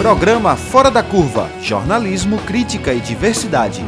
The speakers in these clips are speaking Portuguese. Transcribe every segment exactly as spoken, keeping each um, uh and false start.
Programa Fora da Curva, jornalismo, crítica e diversidade.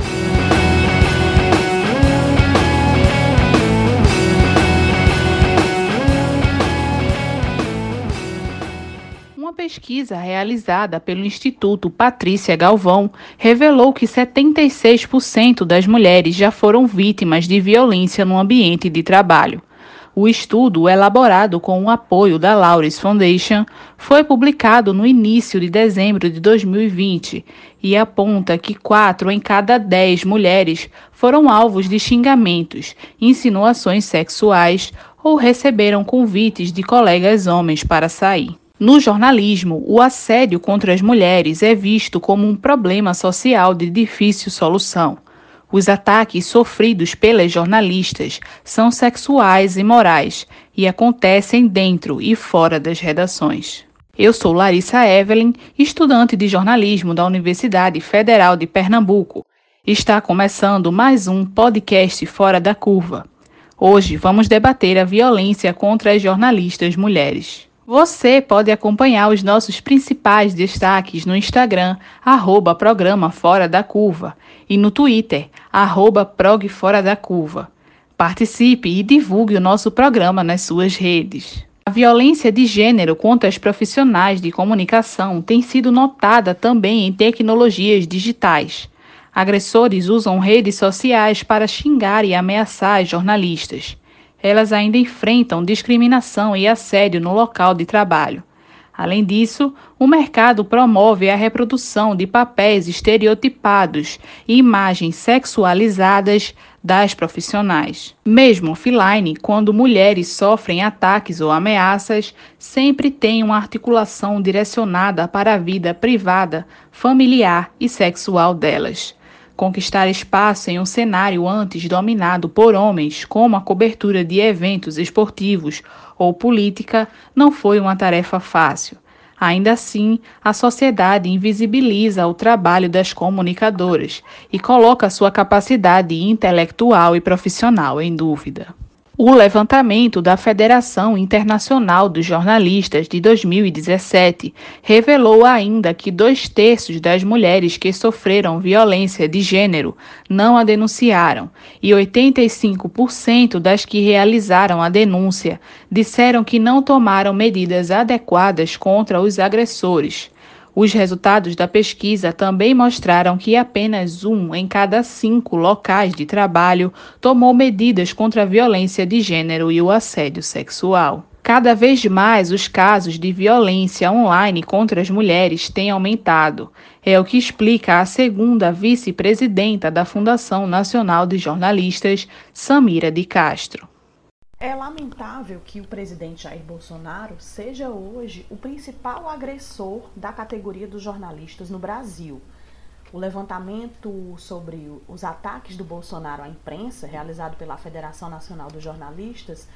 Uma pesquisa realizada pelo Instituto Patrícia Galvão revelou que setenta e seis por cento das mulheres já foram vítimas de violência no ambiente de trabalho. O estudo, elaborado com o apoio da Laureus Foundation, foi publicado no início de dezembro de dois mil e vinte e aponta que quatro em cada dez mulheres foram alvos de xingamentos, insinuações sexuais ou receberam convites de colegas homens para sair. No jornalismo, o assédio contra as mulheres é visto como um problema social de difícil solução. Os ataques sofridos pelas jornalistas são sexuais e morais e acontecem dentro e fora das redações. Eu sou Larissa Evelyn, estudante de jornalismo da Universidade Federal de Pernambuco. Está começando mais um podcast Fora da Curva. Hoje vamos debater a violência contra as jornalistas mulheres. Você pode acompanhar os nossos principais destaques no Instagram, arroba Programa Fora da Curva, e no Twitter, arroba Prog Fora da Curva. Participe e divulgue o nosso programa nas suas redes. A violência de gênero contra as profissionais de comunicação tem sido notada também em tecnologias digitais. Agressores usam redes sociais para xingar e ameaçar as jornalistas. Elas ainda enfrentam discriminação e assédio no local de trabalho. Além disso, o mercado promove a reprodução de papéis estereotipados e imagens sexualizadas das profissionais. Mesmo offline, quando mulheres sofrem ataques ou ameaças, sempre tem uma articulação direcionada para a vida privada, familiar e sexual delas. Conquistar espaço em um cenário antes dominado por homens, como a cobertura de eventos esportivos ou política, não foi uma tarefa fácil. Ainda assim, a sociedade invisibiliza o trabalho das comunicadoras e coloca sua capacidade intelectual e profissional em dúvida. O levantamento da Federação Internacional dos Jornalistas de dois mil e dezessete revelou ainda que dois terços das mulheres que sofreram violência de gênero não a denunciaram e oitenta e cinco por cento das que realizaram a denúncia disseram que não tomaram medidas adequadas contra os agressores. Os resultados da pesquisa também mostraram que apenas um em cada cinco locais de trabalho tomou medidas contra a violência de gênero e o assédio sexual. Cada vez mais os casos de violência online contra as mulheres têm aumentado. É o que explica a segunda vice-presidenta da Fundação Nacional de Jornalistas, Samira de Castro. É lamentável que o presidente Jair Bolsonaro seja hoje o principal agressor da categoria dos jornalistas no Brasil. O levantamento sobre os ataques do Bolsonaro à imprensa, realizado pela Federação Nacional dos Jornalistas,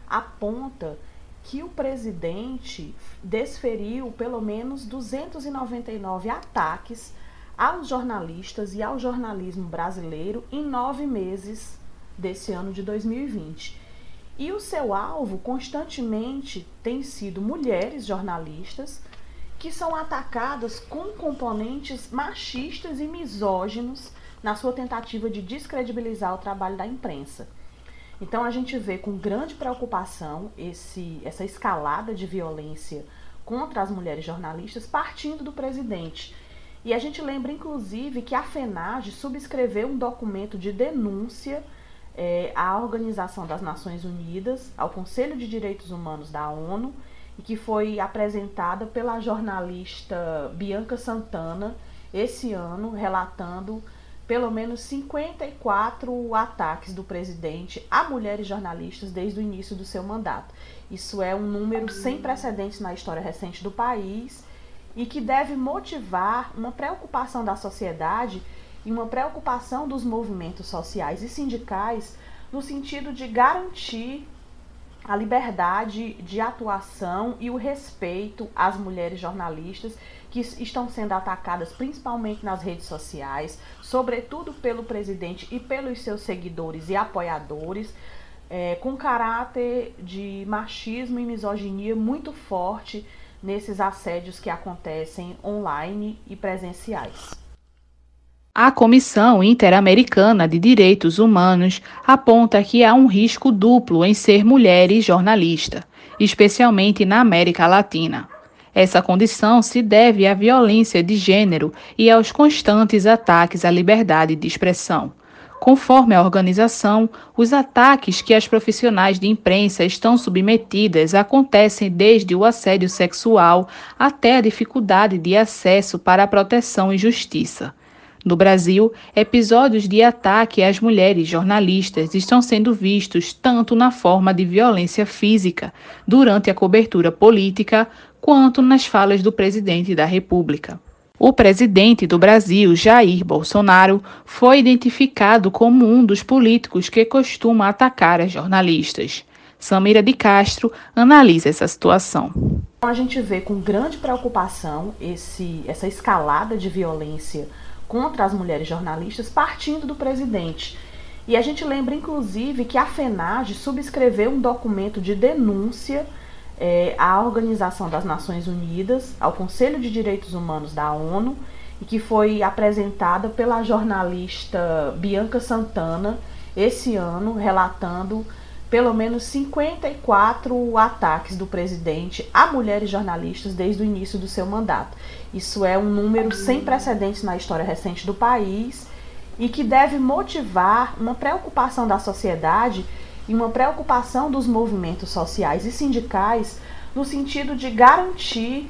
aponta que o presidente desferiu pelo menos duzentos e noventa e nove ataques aos jornalistas e ao jornalismo brasileiro em nove meses desse ano de dois mil e vinte. E o seu alvo constantemente tem sido mulheres jornalistas que são atacadas com componentes machistas e misóginos na sua tentativa de descredibilizar o trabalho da imprensa. Então a gente vê com grande preocupação esse, essa escalada de violência contra as mulheres jornalistas partindo do presidente. E a gente lembra inclusive que a FENAGE subscreveu um documento de denúncia É, à Organização das Nações Unidas, ao Conselho de Direitos Humanos da ONU, e que foi apresentada pela jornalista Bianca Santana esse ano, relatando pelo menos cinquenta e quatro ataques do presidente a mulheres jornalistas desde o início do seu mandato. Isso é um número sem precedentes na história recente do país e que deve motivar uma preocupação da sociedade e uma preocupação dos movimentos sociais e sindicais no sentido de garantir a liberdade de atuação e o respeito às mulheres jornalistas que estão sendo atacadas principalmente nas redes sociais, sobretudo pelo presidente e pelos seus seguidores e apoiadores, é, com caráter de machismo e misoginia muito forte nesses assédios que acontecem online e presenciais. A Comissão Interamericana de Direitos Humanos aponta que há um risco duplo em ser mulher e jornalista, especialmente na América Latina. Essa condição se deve à violência de gênero e aos constantes ataques à liberdade de expressão. Conforme a organização, os ataques que as profissionais de imprensa estão submetidas acontecem desde o assédio sexual até a dificuldade de acesso para a proteção e justiça. No Brasil, episódios de ataque às mulheres jornalistas estão sendo vistos tanto na forma de violência física, durante a cobertura política, quanto nas falas do presidente da República. O presidente do Brasil, Jair Bolsonaro, foi identificado como um dos políticos que costuma atacar as jornalistas. Samira de Castro analisa essa situação. A gente vê com grande preocupação esse, essa escalada de violência contra as mulheres jornalistas partindo do presidente. E a gente lembra, inclusive, que a FENAGE subscreveu um documento de denúncia é, à Organização das Nações Unidas, ao Conselho de Direitos Humanos da ONU, e que foi apresentada pela jornalista Bianca Santana esse ano, relatando pelo menos cinquenta e quatro ataques do presidente a mulheres jornalistas desde o início do seu mandato. Isso é um número sem precedentes na história recente do país e que deve motivar uma preocupação da sociedade e uma preocupação dos movimentos sociais e sindicais no sentido de garantir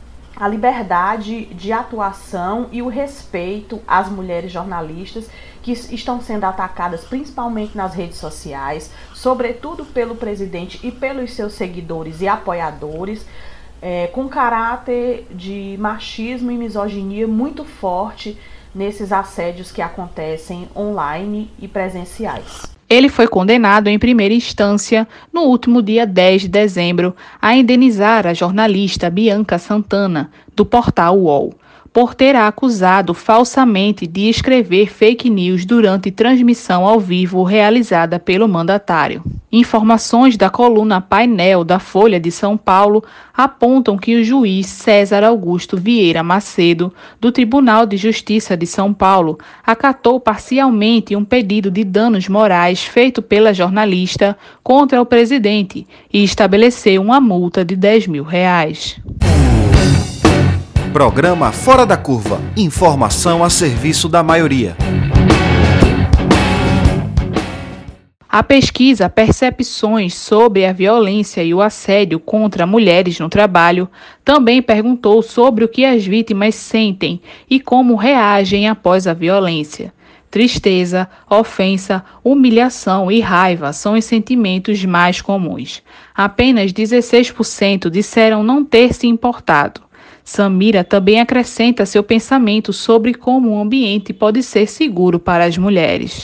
a liberdade de atuação e o respeito às mulheres jornalistas que estão sendo atacadas principalmente nas redes sociais, sobretudo pelo presidente e pelos seus seguidores e apoiadores, é, com caráter de machismo e misoginia muito forte nesses assédios que acontecem online e presenciais. Ele foi condenado em primeira instância, no último dia dez de dezembro, a indenizar a jornalista Bianca Santana, do portal U O L, por ter a acusado falsamente de escrever fake news durante transmissão ao vivo realizada pelo mandatário. Informações da coluna Painel da Folha de São Paulo apontam que o juiz César Augusto Vieira Macedo, do Tribunal de Justiça de São Paulo, acatou parcialmente um pedido de danos morais feito pela jornalista contra o presidente e estabeleceu uma multa de dez mil reais. Programa Fora da Curva. Informação a serviço da maioria. A pesquisa Percepções sobre a Violência e o Assédio contra Mulheres no Trabalho também perguntou sobre o que as vítimas sentem e como reagem após a violência. Tristeza, ofensa, humilhação e raiva são os sentimentos mais comuns. Apenas dezesseis por cento disseram não ter se importado. Samira também acrescenta seu pensamento sobre como o ambiente pode ser seguro para as mulheres.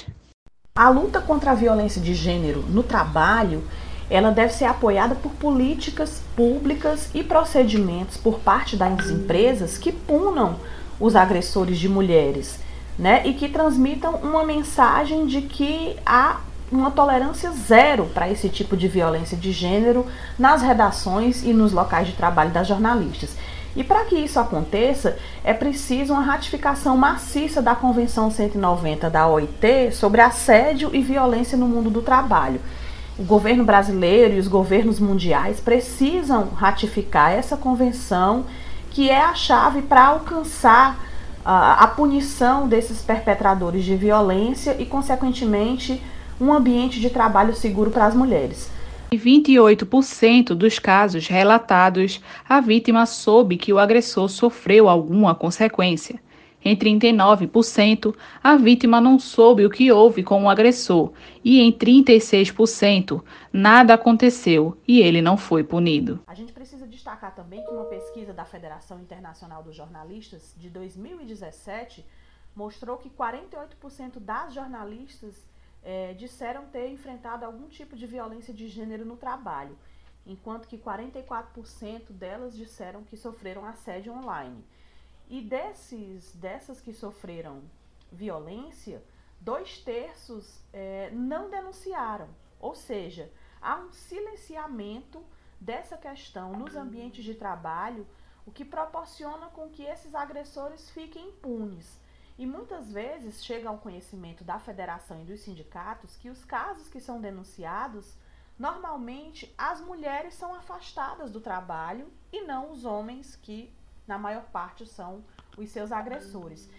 A luta contra a violência de gênero no trabalho, ela deve ser apoiada por políticas públicas e procedimentos por parte das empresas que punam os agressores de mulheres, né, e que transmitam uma mensagem de que há uma tolerância zero para esse tipo de violência de gênero nas redações e nos locais de trabalho das jornalistas. E para que isso aconteça, é preciso uma ratificação maciça da Convenção cento e noventa da O I T sobre assédio e violência no mundo do trabalho. O governo brasileiro e os governos mundiais precisam ratificar essa convenção, que é a chave para alcançar uh, a punição desses perpetradores de violência e, consequentemente, um ambiente de trabalho seguro para as mulheres. Em vinte e oito por cento dos casos relatados, a vítima soube que o agressor sofreu alguma consequência. Em trinta e nove por cento, a vítima não soube o que houve com o agressor e em trinta e seis por cento, nada aconteceu e ele não foi punido. A gente precisa destacar também que uma pesquisa da Federação Internacional dos Jornalistas de dois mil e dezessete mostrou que quarenta e oito por cento das jornalistas É, disseram ter enfrentado algum tipo de violência de gênero no trabalho, enquanto que quarenta e quatro por cento delas disseram que sofreram assédio online. E desses, dessas que sofreram violência, dois terços é, não denunciaram, ou seja, há um silenciamento dessa questão nos ambientes de trabalho, o que proporciona com que esses agressores fiquem impunes. E muitas vezes chega ao conhecimento da federação e dos sindicatos que os casos que são denunciados, normalmente as mulheres são afastadas do trabalho e não os homens, que na maior parte são os seus agressores.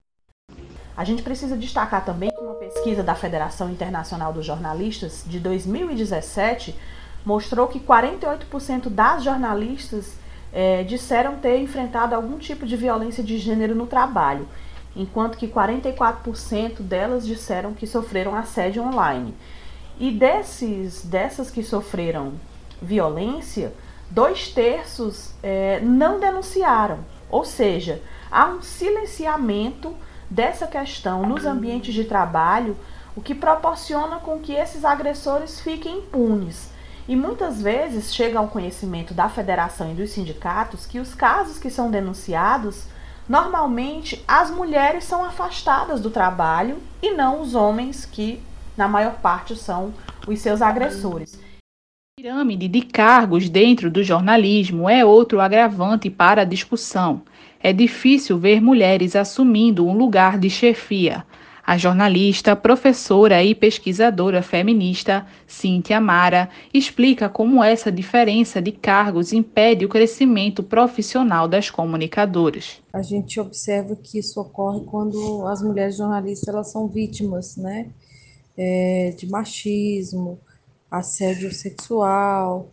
A gente precisa destacar também que uma pesquisa da Federação Internacional dos Jornalistas de dois mil e dezessete mostrou que quarenta e oito por cento das jornalistas é, disseram ter enfrentado algum tipo de violência de gênero no trabalho, enquanto que quarenta e quatro por cento delas disseram que sofreram assédio online. E desses, dessas que sofreram violência, dois terços é, não denunciaram, ou seja, há um silenciamento dessa questão nos ambientes de trabalho, o que proporciona com que esses agressores fiquem impunes. E muitas vezes chega ao conhecimento da federação e dos sindicatos que os casos que são denunciados, normalmente as mulheres são afastadas do trabalho e não os homens, que na maior parte são os seus agressores. A pirâmide de cargos dentro do jornalismo é outro agravante para a discussão. É difícil ver mulheres assumindo um lugar de chefia. A jornalista, professora e pesquisadora feminista Cíntia Mara explica como essa diferença de cargos impede o crescimento profissional das comunicadoras. A gente observa que isso ocorre quando as mulheres jornalistas elas são vítimas, né, é, de machismo, assédio sexual,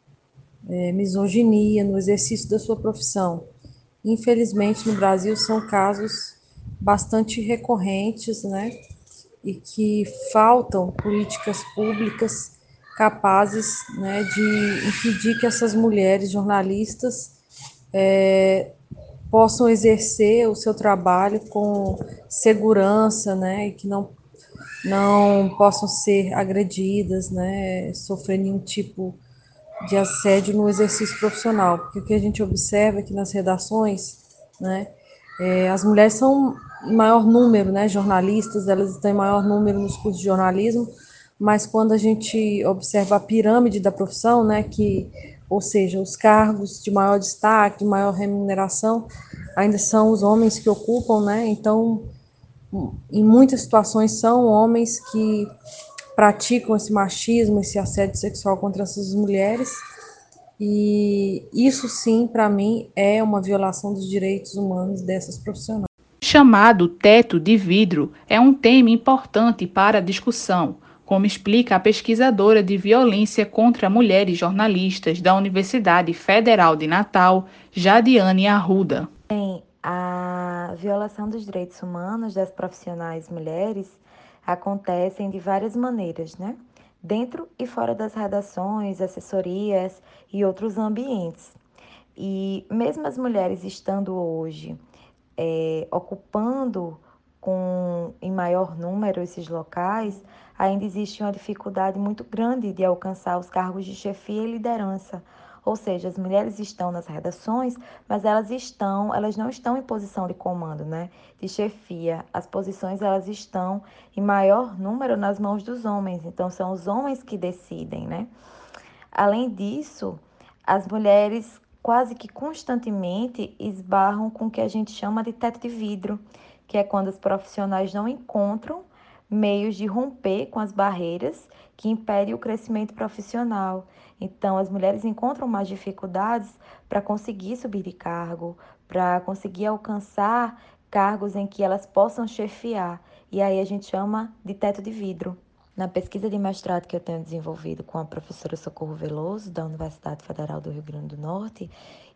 é, misoginia no exercício da sua profissão. Infelizmente, no Brasil, são casos bastante recorrentes, né, e que faltam políticas públicas capazes, né, de impedir que essas mulheres jornalistas é, possam exercer o seu trabalho com segurança, né, e que não, não possam ser agredidas, né, sofrer nenhum tipo de assédio no exercício profissional, porque o que a gente observa é que nas redações, né, é, as mulheres são em maior número, né, jornalistas, elas estão em maior número nos cursos de jornalismo, mas quando a gente observa a pirâmide da profissão, né, que, ou seja, os cargos de maior destaque, de maior remuneração, ainda são os homens que ocupam, né, então, em muitas situações são homens que praticam esse machismo, esse assédio sexual contra essas mulheres, e isso sim, para mim, é uma violação dos direitos humanos dessas profissionais. O chamado teto de vidro é um tema importante para a discussão, como explica a pesquisadora de violência contra mulheres jornalistas da Universidade Federal de Natal, Jadiane Arruda. Bem, a violação dos direitos humanos das profissionais mulheres acontecem de várias maneiras, né? Dentro e fora das redações, assessorias e outros ambientes. E mesmo as mulheres estando hoje é, ocupando com, em maior número esses locais, ainda existe uma dificuldade muito grande de alcançar os cargos de chefia e liderança. Ou seja, as mulheres estão nas redações, mas elas estão, elas não estão em posição de comando, né? De chefia. As posições elas estão em maior número nas mãos dos homens. Então são os homens que decidem, né? Além disso, as mulheres quase que constantemente esbarram com o que a gente chama de teto de vidro, que é quando os profissionais não encontram meios de romper com as barreiras que impedem o crescimento profissional. Então, as mulheres encontram mais dificuldades para conseguir subir de cargo, para conseguir alcançar cargos em que elas possam chefiar. E aí a gente chama de teto de vidro. Na pesquisa de mestrado que eu tenho desenvolvido com a professora Socorro Veloso, da Universidade Federal do Rio Grande do Norte,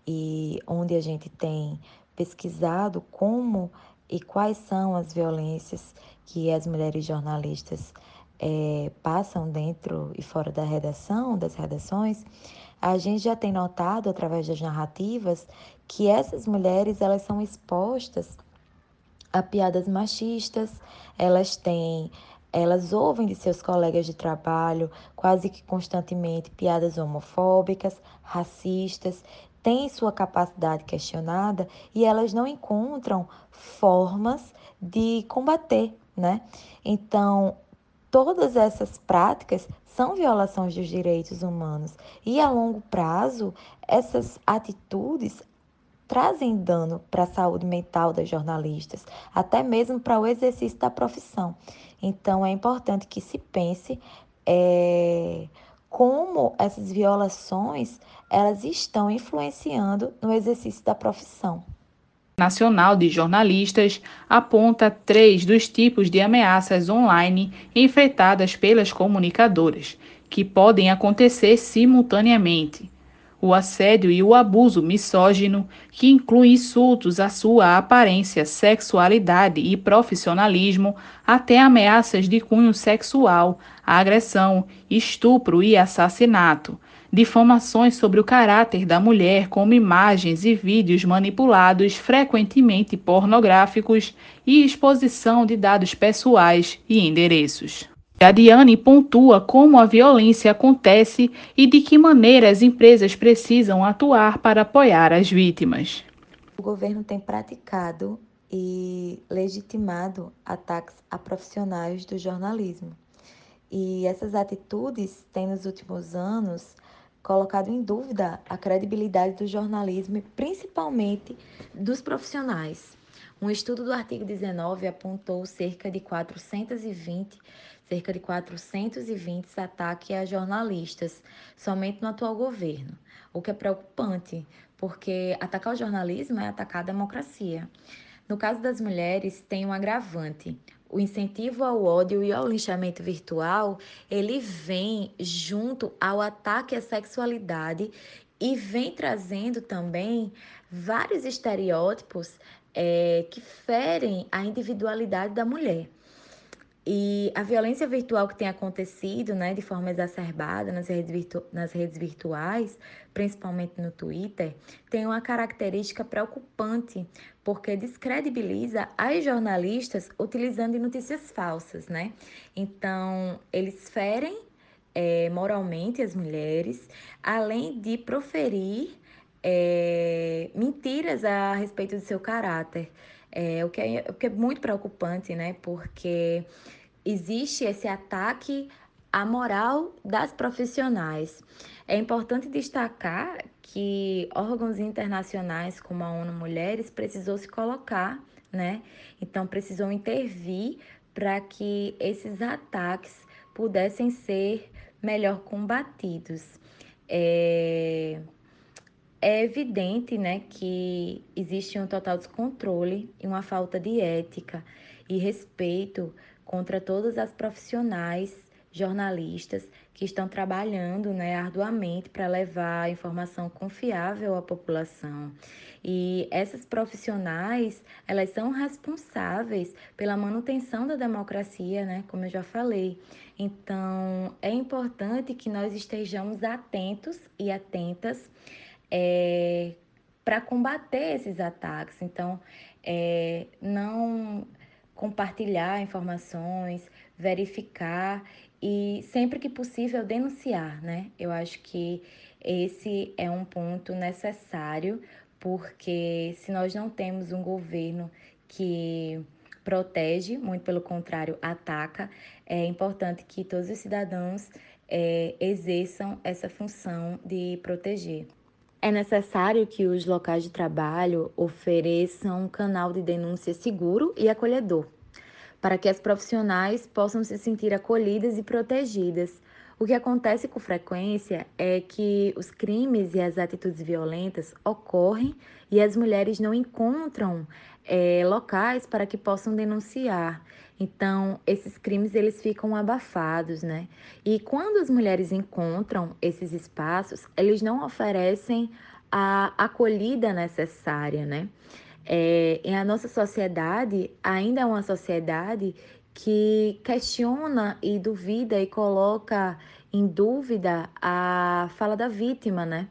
e onde a gente tem pesquisado como e quais são as violências que as mulheres jornalistas é, passam dentro e fora da redação, das redações, a gente já tem notado, através das narrativas, que essas mulheres elas são expostas a piadas machistas, elas têm... Elas ouvem de seus colegas de trabalho, quase que constantemente, piadas homofóbicas, racistas, têm sua capacidade questionada e elas não encontram formas de combater, né? Então, todas essas práticas são violações dos direitos humanos e, a longo prazo, essas atitudes trazem dano para a saúde mental das jornalistas, até mesmo para o exercício da profissão. Então, é importante que se pense é, como essas violações elas estão influenciando no exercício da profissão. Nacional de Jornalistas aponta três dos tipos de ameaças online enfrentadas pelas comunicadoras, que podem acontecer simultaneamente. O assédio e o abuso misógino, que inclui insultos à sua aparência, sexualidade e profissionalismo, até ameaças de cunho sexual, agressão, estupro e assassinato. Difamações sobre o caráter da mulher, como imagens e vídeos manipulados, frequentemente pornográficos, e exposição de dados pessoais e endereços. Jadiane pontua como a violência acontece e de que maneira as empresas precisam atuar para apoiar as vítimas. O governo tem praticado e legitimado ataques a profissionais do jornalismo. E essas atitudes têm, nos últimos anos, colocado em dúvida a credibilidade do jornalismo e principalmente dos profissionais. Um estudo do artigo dezenove apontou cerca de quatrocentos e vinte, cerca de quatrocentos e vinte ataques a jornalistas somente no atual governo, o que é preocupante, porque atacar o jornalismo é atacar a democracia. No caso das mulheres, tem um agravante. O incentivo ao ódio e ao linchamento virtual, ele vem junto ao ataque à sexualidade e vem trazendo também vários estereótipos é, que ferem a individualidade da mulher. E a violência virtual que tem acontecido, né, de forma exacerbada nas redes, virtu- nas redes virtuais, principalmente no Twitter, tem uma característica preocupante, porque descredibiliza as jornalistas utilizando notícias falsas, né? Então, eles ferem é, moralmente as mulheres, além de proferir é, mentiras a respeito do seu caráter. É, o, que é, o que é muito preocupante, né? Porque existe esse ataque à moral das profissionais. É importante destacar que órgãos internacionais como a ONU Mulheres precisou se colocar, né? Então precisou intervir para que esses ataques pudessem ser melhor combatidos. É... É evidente, né, que existe um total descontrole e uma falta de ética e respeito contra todas as profissionais jornalistas que estão trabalhando, né, arduamente para levar informação confiável à população. E essas profissionais, elas são responsáveis pela manutenção da democracia, né, como eu já falei. Então, é importante que nós estejamos atentos e atentas é, para combater esses ataques. Então, é, não compartilhar informações, verificar e, sempre que possível, denunciar, né? Eu acho que esse é um ponto necessário, porque se nós não temos um governo que protege, muito pelo contrário, ataca, é importante que todos os cidadãos é, exerçam essa função de proteger. É necessário que os locais de trabalho ofereçam um canal de denúncia seguro e acolhedor, para que as profissionais possam se sentir acolhidas e protegidas. O que acontece com frequência é que os crimes e as atitudes violentas ocorrem e as mulheres não encontram é, locais para que possam denunciar. Então, esses crimes eles ficam abafados, né? E quando as mulheres encontram esses espaços, eles não oferecem a acolhida necessária, né? É, e a nossa sociedade ainda é uma sociedade que questiona e duvida e coloca em dúvida a fala da vítima, né?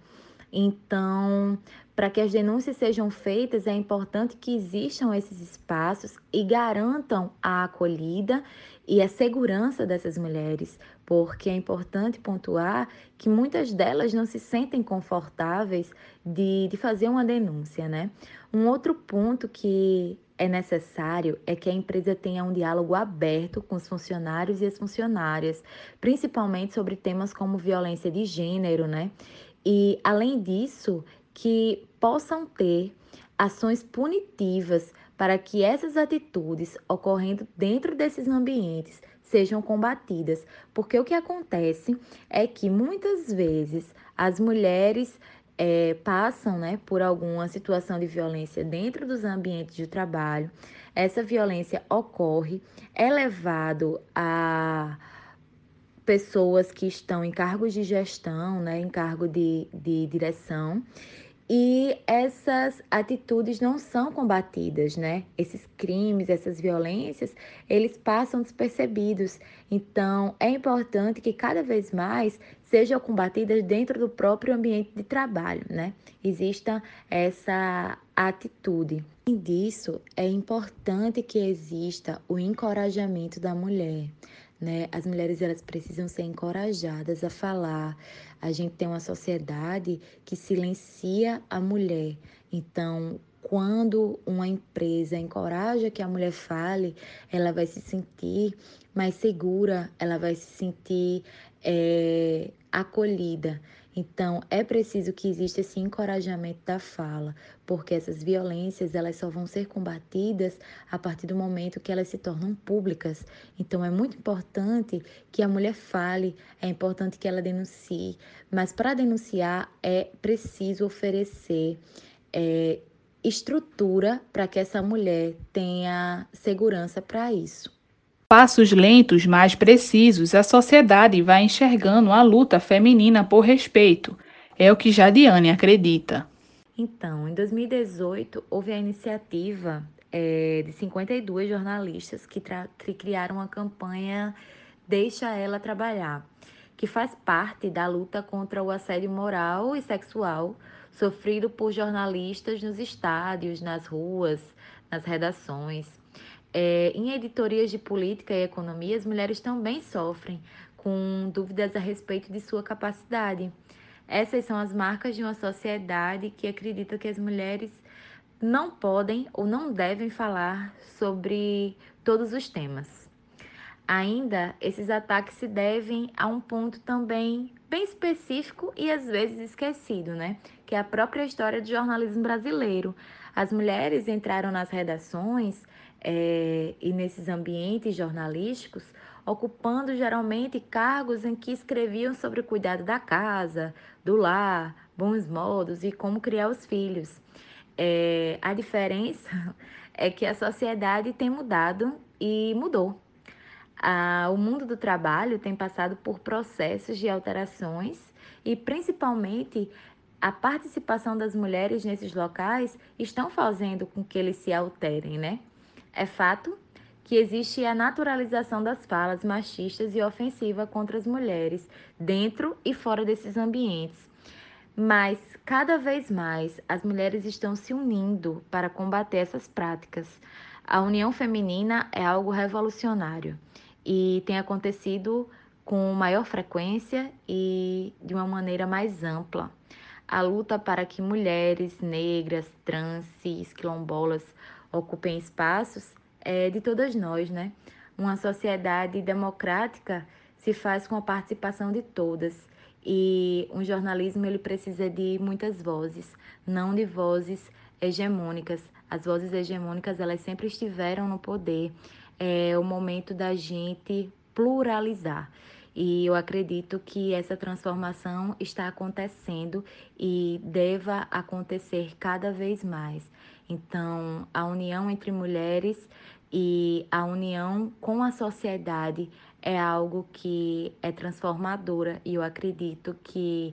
Então, para que as denúncias sejam feitas, é importante que existam esses espaços e garantam a acolhida e a segurança dessas mulheres, porque é importante pontuar que muitas delas não se sentem confortáveis de, de fazer uma denúncia, né? Um outro ponto que é necessário é que a empresa tenha um diálogo aberto com os funcionários e as funcionárias, principalmente sobre temas como violência de gênero, né? E, além disso, que possam ter ações punitivas para que essas atitudes ocorrendo dentro desses ambientes sejam combatidas. Porque o que acontece é que muitas vezes as mulheres é, passam, né, por alguma situação de violência dentro dos ambientes de trabalho. Essa violência ocorre, é levado a pessoas que estão em cargos de gestão, né, em cargo de, de direção, e essas atitudes não são combatidas, né? Esses crimes, essas violências, eles passam despercebidos. Então, é importante que cada vez mais sejam combatidas dentro do próprio ambiente de trabalho, né? Exista essa atitude. Além disso, é importante que exista o encorajamento da mulher, né? As mulheres, elas precisam ser encorajadas a falar. A gente tem uma sociedade que silencia a mulher. Então, quando uma empresa encoraja que a mulher fale, ela vai se sentir mais segura, ela vai se sentir é, acolhida. Então, é preciso que exista esse encorajamento da fala, porque essas violências, elas só vão ser combatidas a partir do momento que elas se tornam públicas. Então, é muito importante que a mulher fale, é importante que ela denuncie, mas para denunciar é preciso oferecer é, estrutura para que essa mulher tenha segurança para isso. Passos lentos, mas precisos, a sociedade vai enxergando a luta feminina por respeito. É o que Jadiane acredita. Então, em dois mil e dezoito, houve a iniciativa é, de cinquenta e duas jornalistas que, tra- que criaram a campanha Deixa Ela Trabalhar, que faz parte da luta contra o assédio moral e sexual sofrido por jornalistas nos estádios, nas ruas, nas redações. É, em editorias de política e economia, as mulheres também sofrem com dúvidas a respeito de sua capacidade. Essas são as marcas de uma sociedade que acredita que as mulheres não podem ou não devem falar sobre todos os temas. Ainda, esses ataques se devem a um ponto também bem específico e às vezes esquecido, né? Que é a própria história do jornalismo brasileiro. As mulheres entraram nas redações é, e nesses ambientes jornalísticos, ocupando geralmente cargos em que escreviam sobre o cuidado da casa, do lar, bons modos e como criar os filhos. É, a diferença é que a sociedade tem mudado e mudou. Ah, o mundo do trabalho tem passado por processos de alterações e, principalmente, a participação das mulheres nesses locais estão fazendo com que eles se alterem, né? É fato que existe a naturalização das falas machistas e ofensivas contra as mulheres dentro e fora desses ambientes. Mas, cada vez mais, as mulheres estão se unindo para combater essas práticas. A união feminina é algo revolucionário e tem acontecido com maior frequência e de uma maneira mais ampla. A luta para que mulheres negras, trans, cis, quilombolas ocupem espaços é de todas nós, né? Uma sociedade democrática se faz com a participação de todas. E um jornalismo, ele precisa de muitas vozes, não de vozes hegemônicas. As vozes hegemônicas, elas sempre estiveram no poder. É o momento da gente pluralizar. E eu acredito que essa transformação está acontecendo e deva acontecer cada vez mais. Então, a união entre mulheres e a união com a sociedade é algo que é transformadora e eu acredito que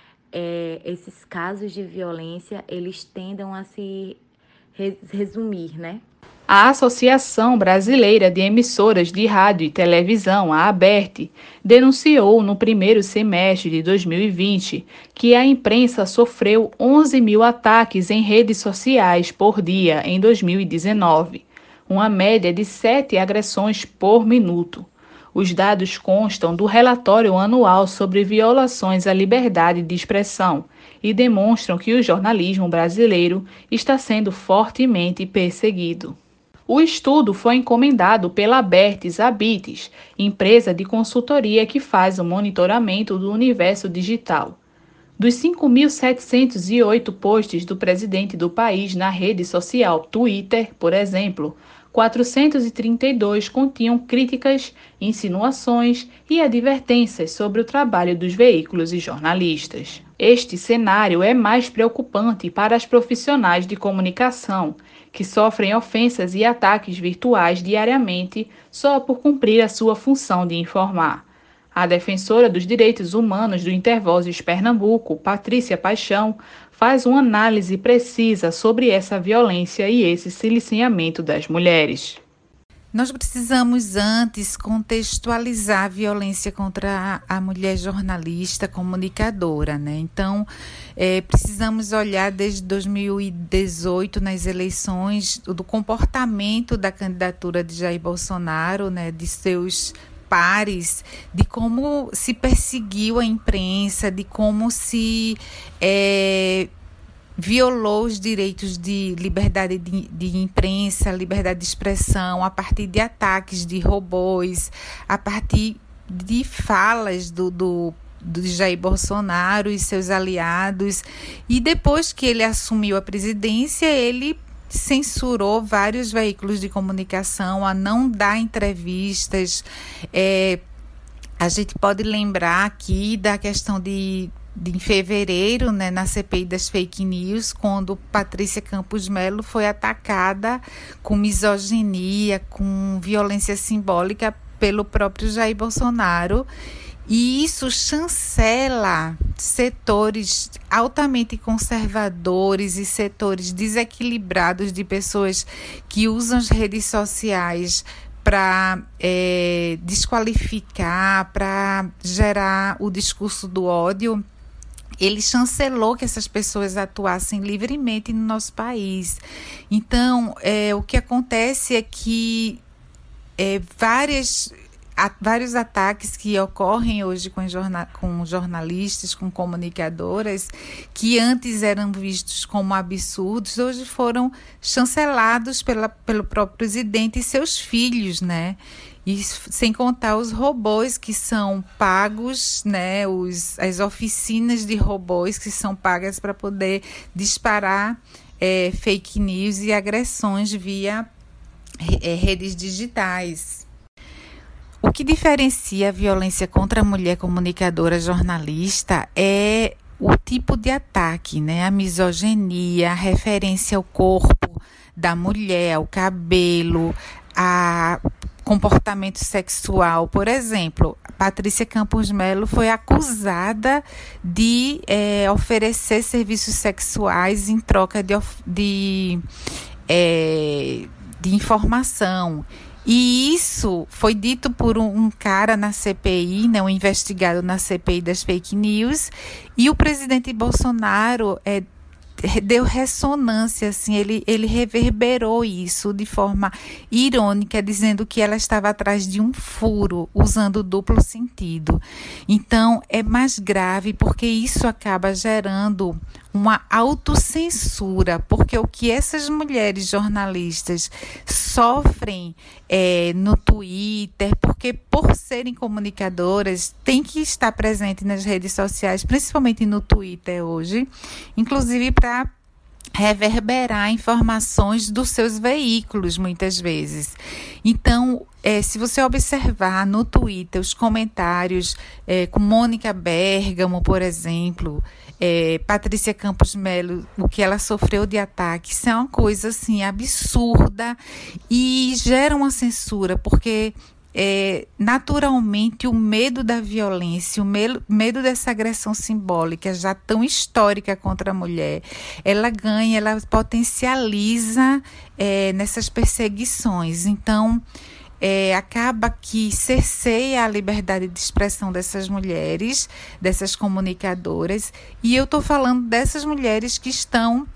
é, esses casos de violência, eles tendam a se resumir, né? A Associação Brasileira de Emissoras de Rádio e Televisão, a ABERT, denunciou no primeiro semestre de dois mil e vinte que a imprensa sofreu onze mil ataques em redes sociais por dia em dois mil e dezenove, uma média de sete agressões por minuto. Os dados constam do relatório anual sobre violações à liberdade de expressão e demonstram que o jornalismo brasileiro está sendo fortemente perseguido. O estudo foi encomendado pela Abertis Habites, empresa de consultoria que faz o monitoramento do universo digital. Dos cinco mil setecentos e oito posts do presidente do país na rede social Twitter, por exemplo, quatrocentos e trinta e dois continham críticas, insinuações e advertências sobre o trabalho dos veículos e jornalistas. Este cenário é mais preocupante para as profissionais de comunicação, que sofrem ofensas e ataques virtuais diariamente só por cumprir a sua função de informar. A defensora dos direitos humanos do Intervozes Pernambuco, Patrícia Paixão, faz uma análise precisa sobre essa violência e esse silenciamento das mulheres. Nós precisamos antes contextualizar a violência contra a mulher jornalista, comunicadora, né? Então, é, precisamos olhar desde dois mil e dezoito, nas eleições, do comportamento da candidatura de Jair Bolsonaro, né, de seus pares, de como se perseguiu a imprensa, de como se é, violou os direitos de liberdade de, de imprensa, liberdade de expressão, a partir de ataques de robôs, a partir de falas do, do, do Jair Bolsonaro e seus aliados. E depois que ele assumiu a presidência, ele censurou vários veículos de comunicação a não dar entrevistas. É, a gente pode lembrar aqui da questão de, de em fevereiro, né, na C P I das fake news, quando Patrícia Campos Melo foi atacada com misoginia, com violência simbólica pelo próprio Jair Bolsonaro. E isso chancela setores altamente conservadores e setores desequilibrados de pessoas que usam as redes sociais para é, desqualificar, para gerar o discurso do ódio. Ele chancelou que essas pessoas atuassem livremente no nosso país. Então, é, o que acontece é que é, várias... Há vários ataques que ocorrem hoje com, jornal, com jornalistas, com comunicadoras, que antes eram vistos como absurdos, hoje foram chancelados pela, pelo próprio presidente e seus filhos, né? E sem contar os robôs que são pagos, né? Os, as oficinas de robôs que são pagas para poder disparar é, fake news e agressões via é, redes digitais. O que diferencia a violência contra a mulher comunicadora jornalista é o tipo de ataque, né? A misoginia, a referência ao corpo da mulher, ao cabelo, a comportamento sexual. Por exemplo, Patrícia Campos Melo foi acusada de é, oferecer serviços sexuais em troca de, de, é, de informação. E isso foi dito por um, um cara na C P I, né, um investigado na C P I das fake news, e o presidente Bolsonaro é, deu ressonância, assim, ele, ele reverberou isso de forma irônica, dizendo que ela estava atrás de um furo, usando duplo sentido. Então, é mais grave porque isso acaba gerando uma autocensura, porque o que essas mulheres jornalistas sofrem é, no Twitter, porque por serem comunicadoras, tem que estar presente nas redes sociais, principalmente no Twitter hoje, inclusive para reverberar informações dos seus veículos, muitas vezes. Então, é, se você observar no Twitter os comentários é, com Mônica Bergamo, por exemplo, é, Patrícia Campos Melo, o que ela sofreu de ataque, isso é uma coisa assim, absurda e gera uma censura, porque É, naturalmente o medo da violência, o medo, medo dessa agressão simbólica já tão histórica contra a mulher, ela ganha, ela potencializa é, nessas perseguições. Então, é, acaba que cerceia a liberdade de expressão dessas mulheres, dessas comunicadoras, e eu estou falando dessas mulheres que estão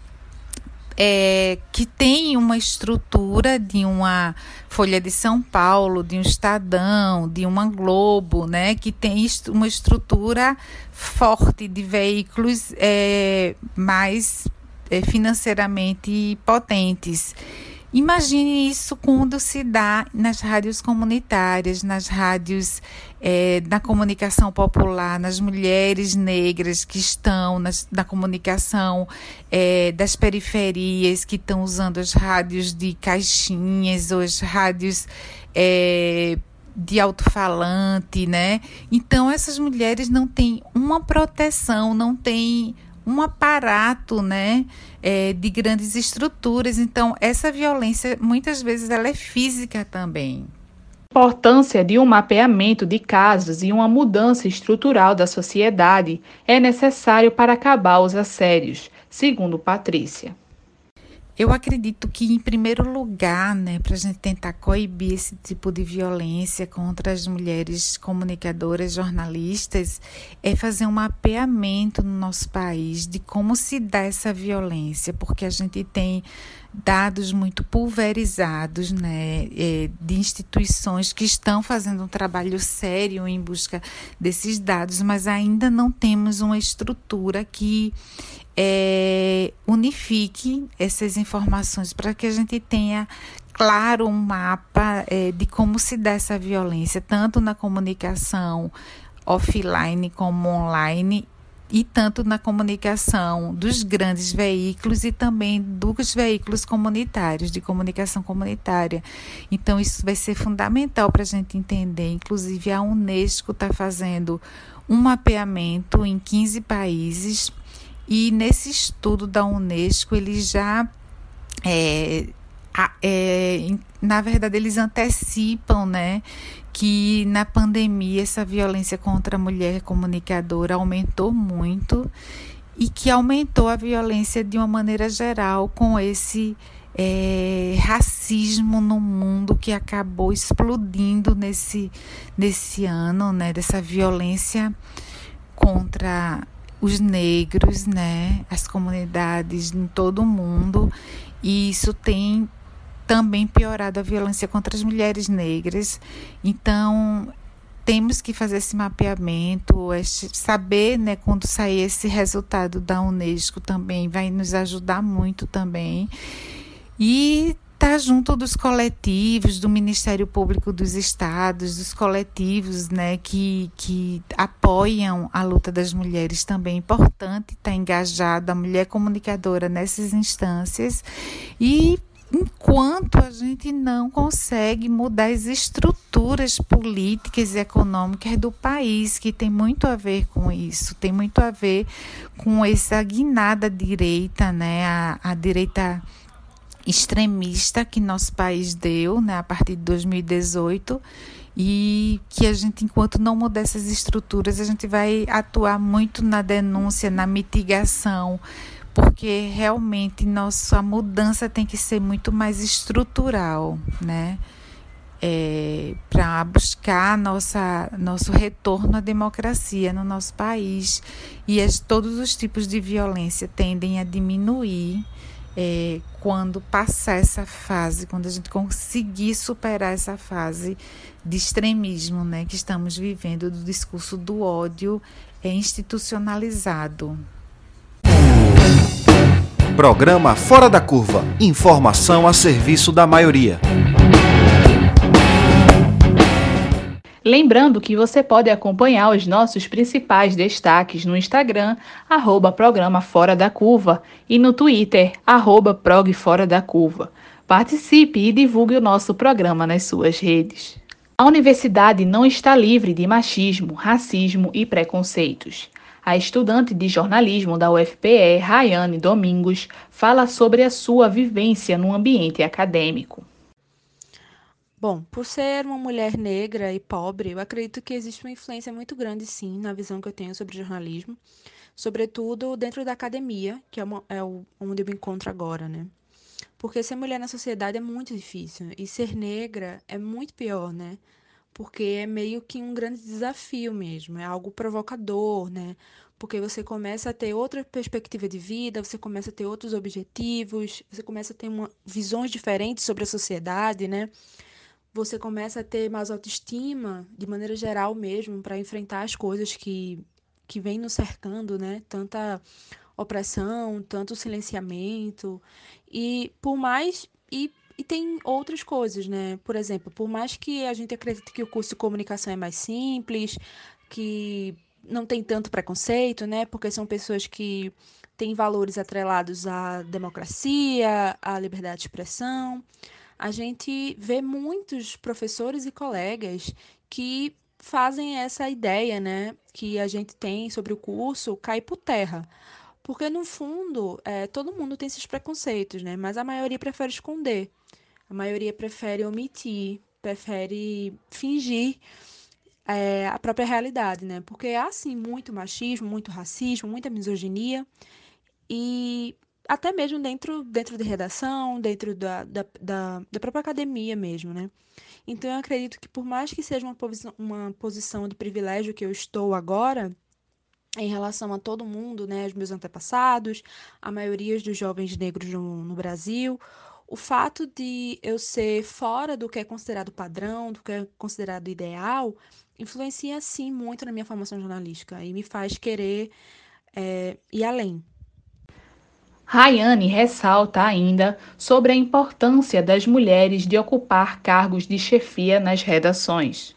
É, que tem uma estrutura de uma Folha de São Paulo, de um Estadão, de uma Globo, né, que tem uma estrutura forte de veículos é, mais é, financeiramente potentes. Imagine isso quando se dá nas rádios comunitárias, nas rádios é, da comunicação popular, nas mulheres negras que estão nas, na comunicação é, das periferias, que estão usando as rádios de caixinhas ou as rádios é, de alto-falante, né? Então, essas mulheres não têm uma proteção, não têm um aparato, né, é, de grandes estruturas. Então, essa violência, muitas vezes, ela é física também. A importância de um mapeamento de casos e uma mudança estrutural da sociedade é necessário para acabar os assédios, segundo Patrícia. Eu acredito que, em primeiro lugar, né, para a gente tentar coibir esse tipo de violência contra as mulheres comunicadoras, jornalistas, é fazer um mapeamento no nosso país de como se dá essa violência, porque a gente tem dados muito pulverizados, né, de instituições que estão fazendo um trabalho sério em busca desses dados, mas ainda não temos uma estrutura que É, unifique essas informações para que a gente tenha claro um mapa é, de como se dá essa violência, tanto na comunicação offline como online, e tanto na comunicação dos grandes veículos e também dos veículos comunitários, de comunicação comunitária. Então, isso vai ser fundamental para a gente entender. Inclusive, a Unesco está fazendo um mapeamento em quinze países. E nesse estudo da Unesco, eles já, é, é, na verdade, eles antecipam, né, que na pandemia essa violência contra a mulher comunicadora aumentou muito e que aumentou a violência de uma maneira geral com esse é, racismo no mundo que acabou explodindo nesse, nesse ano, né, dessa violência contra os negros, né, as comunidades em todo o mundo, e isso tem também piorado a violência contra as mulheres negras. Então, temos que fazer esse mapeamento, saber, né, quando sair esse resultado da Unesco também vai nos ajudar muito também. E estar junto dos coletivos, do Ministério Público dos Estados, dos coletivos, né, que, que apoiam a luta das mulheres também. É importante estar engajada, a mulher comunicadora nessas instâncias. E enquanto a gente não consegue mudar as estruturas políticas e econômicas do país, que tem muito a ver com isso, tem muito a ver com essa guinada direita, né, a, a direita extremista que nosso país deu, né, a partir de dois mil e dezoito, e que a gente, enquanto não mudar essas estruturas, a gente vai atuar muito na denúncia, na mitigação, porque realmente nossa mudança tem que ser muito mais estrutural, né, é, para buscar nossa, nosso retorno à democracia no nosso país. E as, todos os tipos de violência tendem a diminuir É, quando passar essa fase, quando a gente conseguir superar essa fase de extremismo, né, que estamos vivendo, do discurso do ódio é, institucionalizado. Programa Fora da Curva. Informação a serviço da maioria. Lembrando que você pode acompanhar os nossos principais destaques no Instagram, arroba Programa Fora da Curva, e no Twitter, arroba Prog Fora da Curva. Participe e divulgue o nosso programa nas suas redes. A universidade não está livre de machismo, racismo e preconceitos. A estudante de jornalismo da U F P E, Rayane Domingos, fala sobre a sua vivência no ambiente acadêmico. Bom, por ser uma mulher negra e pobre, eu acredito que existe uma influência muito grande, sim, na visão que eu tenho sobre jornalismo, sobretudo dentro da academia, que é, uma, é o, onde eu me encontro agora, né? Porque ser mulher na sociedade é muito difícil, e ser negra é muito pior, né? Porque é meio que um grande desafio mesmo, é algo provocador, né? Porque você começa a ter outra perspectiva de vida, você começa a ter outros objetivos, você começa a ter uma, visões diferentes sobre a sociedade, né? Você começa a ter mais autoestima, de maneira geral mesmo, para enfrentar as coisas que, que vêm nos cercando, né? Tanta opressão, tanto silenciamento. E por mais... E e tem outras coisas, né? Por exemplo, por mais que a gente acredite que o curso de comunicação é mais simples, que não tem tanto preconceito, né? Porque são pessoas que têm valores atrelados à democracia, à liberdade de expressão. A gente vê muitos professores e colegas que fazem essa ideia, né, que a gente tem sobre o curso cair por terra. Porque, no fundo, é, todo mundo tem esses preconceitos, né? Mas a maioria prefere esconder. A maioria prefere omitir, prefere fingir é, a própria realidade, né? Porque há, sim, muito machismo, muito racismo, muita misoginia. E até mesmo dentro, dentro de redação, dentro da, da, da, da própria academia mesmo, né? Então, eu acredito que por mais que seja uma posição, uma posição de privilégio que eu estou agora, em relação a todo mundo, né, os meus antepassados, a maioria dos jovens negros no, no Brasil, o fato de eu ser fora do que é considerado padrão, do que é considerado ideal, influencia, sim, muito na minha formação jornalística e me faz querer é, ir além. Rayane ressalta ainda sobre a importância das mulheres de ocupar cargos de chefia nas redações.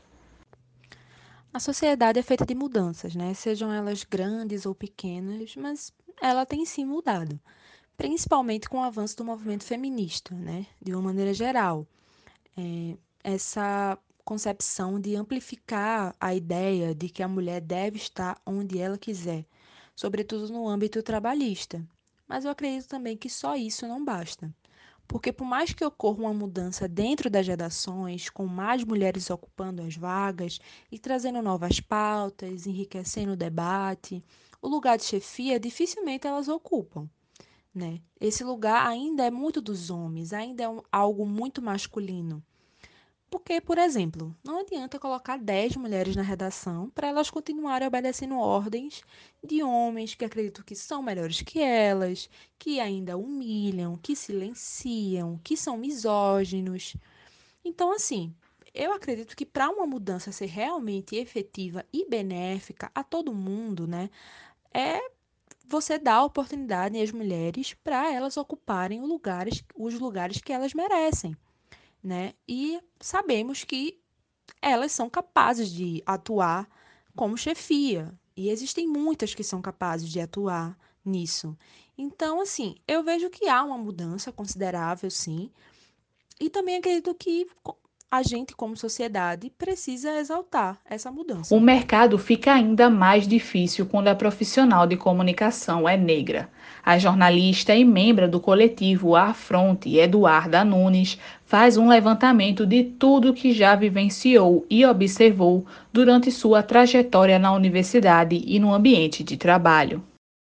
A sociedade é feita de mudanças, né? Sejam elas grandes ou pequenas, mas ela tem sim mudado, principalmente com o avanço do movimento feminista, né? De uma maneira geral. É, essa concepção de amplificar a ideia de que a mulher deve estar onde ela quiser, sobretudo no âmbito trabalhista. Mas eu acredito também que só isso não basta. Porque por mais que ocorra uma mudança dentro das redações, com mais mulheres ocupando as vagas e trazendo novas pautas, enriquecendo o debate, o lugar de chefia dificilmente elas ocupam, né? Esse lugar ainda é muito dos homens, ainda é um, algo muito masculino. Porque, por exemplo, não adianta colocar dez mulheres na redação para elas continuarem obedecendo ordens de homens que acreditam que são melhores que elas, que ainda humilham, que silenciam, que são misóginos. Então, assim, eu acredito que para uma mudança ser realmente efetiva e benéfica a todo mundo, né, é você dar a oportunidade às mulheres para elas ocuparem os lugares, os lugares que elas merecem, né? E sabemos que elas são capazes de atuar como chefia. E existem muitas que são capazes de atuar nisso. Então, assim, eu vejo que há uma mudança considerável, sim. E também acredito que a gente, como sociedade, precisa exaltar essa O mudança. mercado fica ainda mais difícil quando a profissional de comunicação é negra. A jornalista e membro do coletivo Afronte, Eduarda Nunes, faz um levantamento de tudo que já vivenciou e observou durante sua trajetória na universidade e no ambiente de trabalho.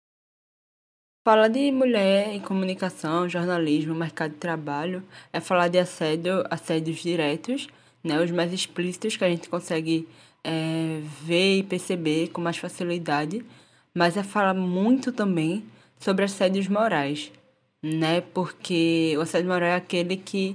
Falar de mulher em comunicação, jornalismo, mercado de trabalho, é falar de assédio, assédios diretos, né, os mais explícitos que a gente consegue é, ver e perceber com mais facilidade, mas é falar muito também sobre assédios morais, né, porque o assédio moral é aquele que,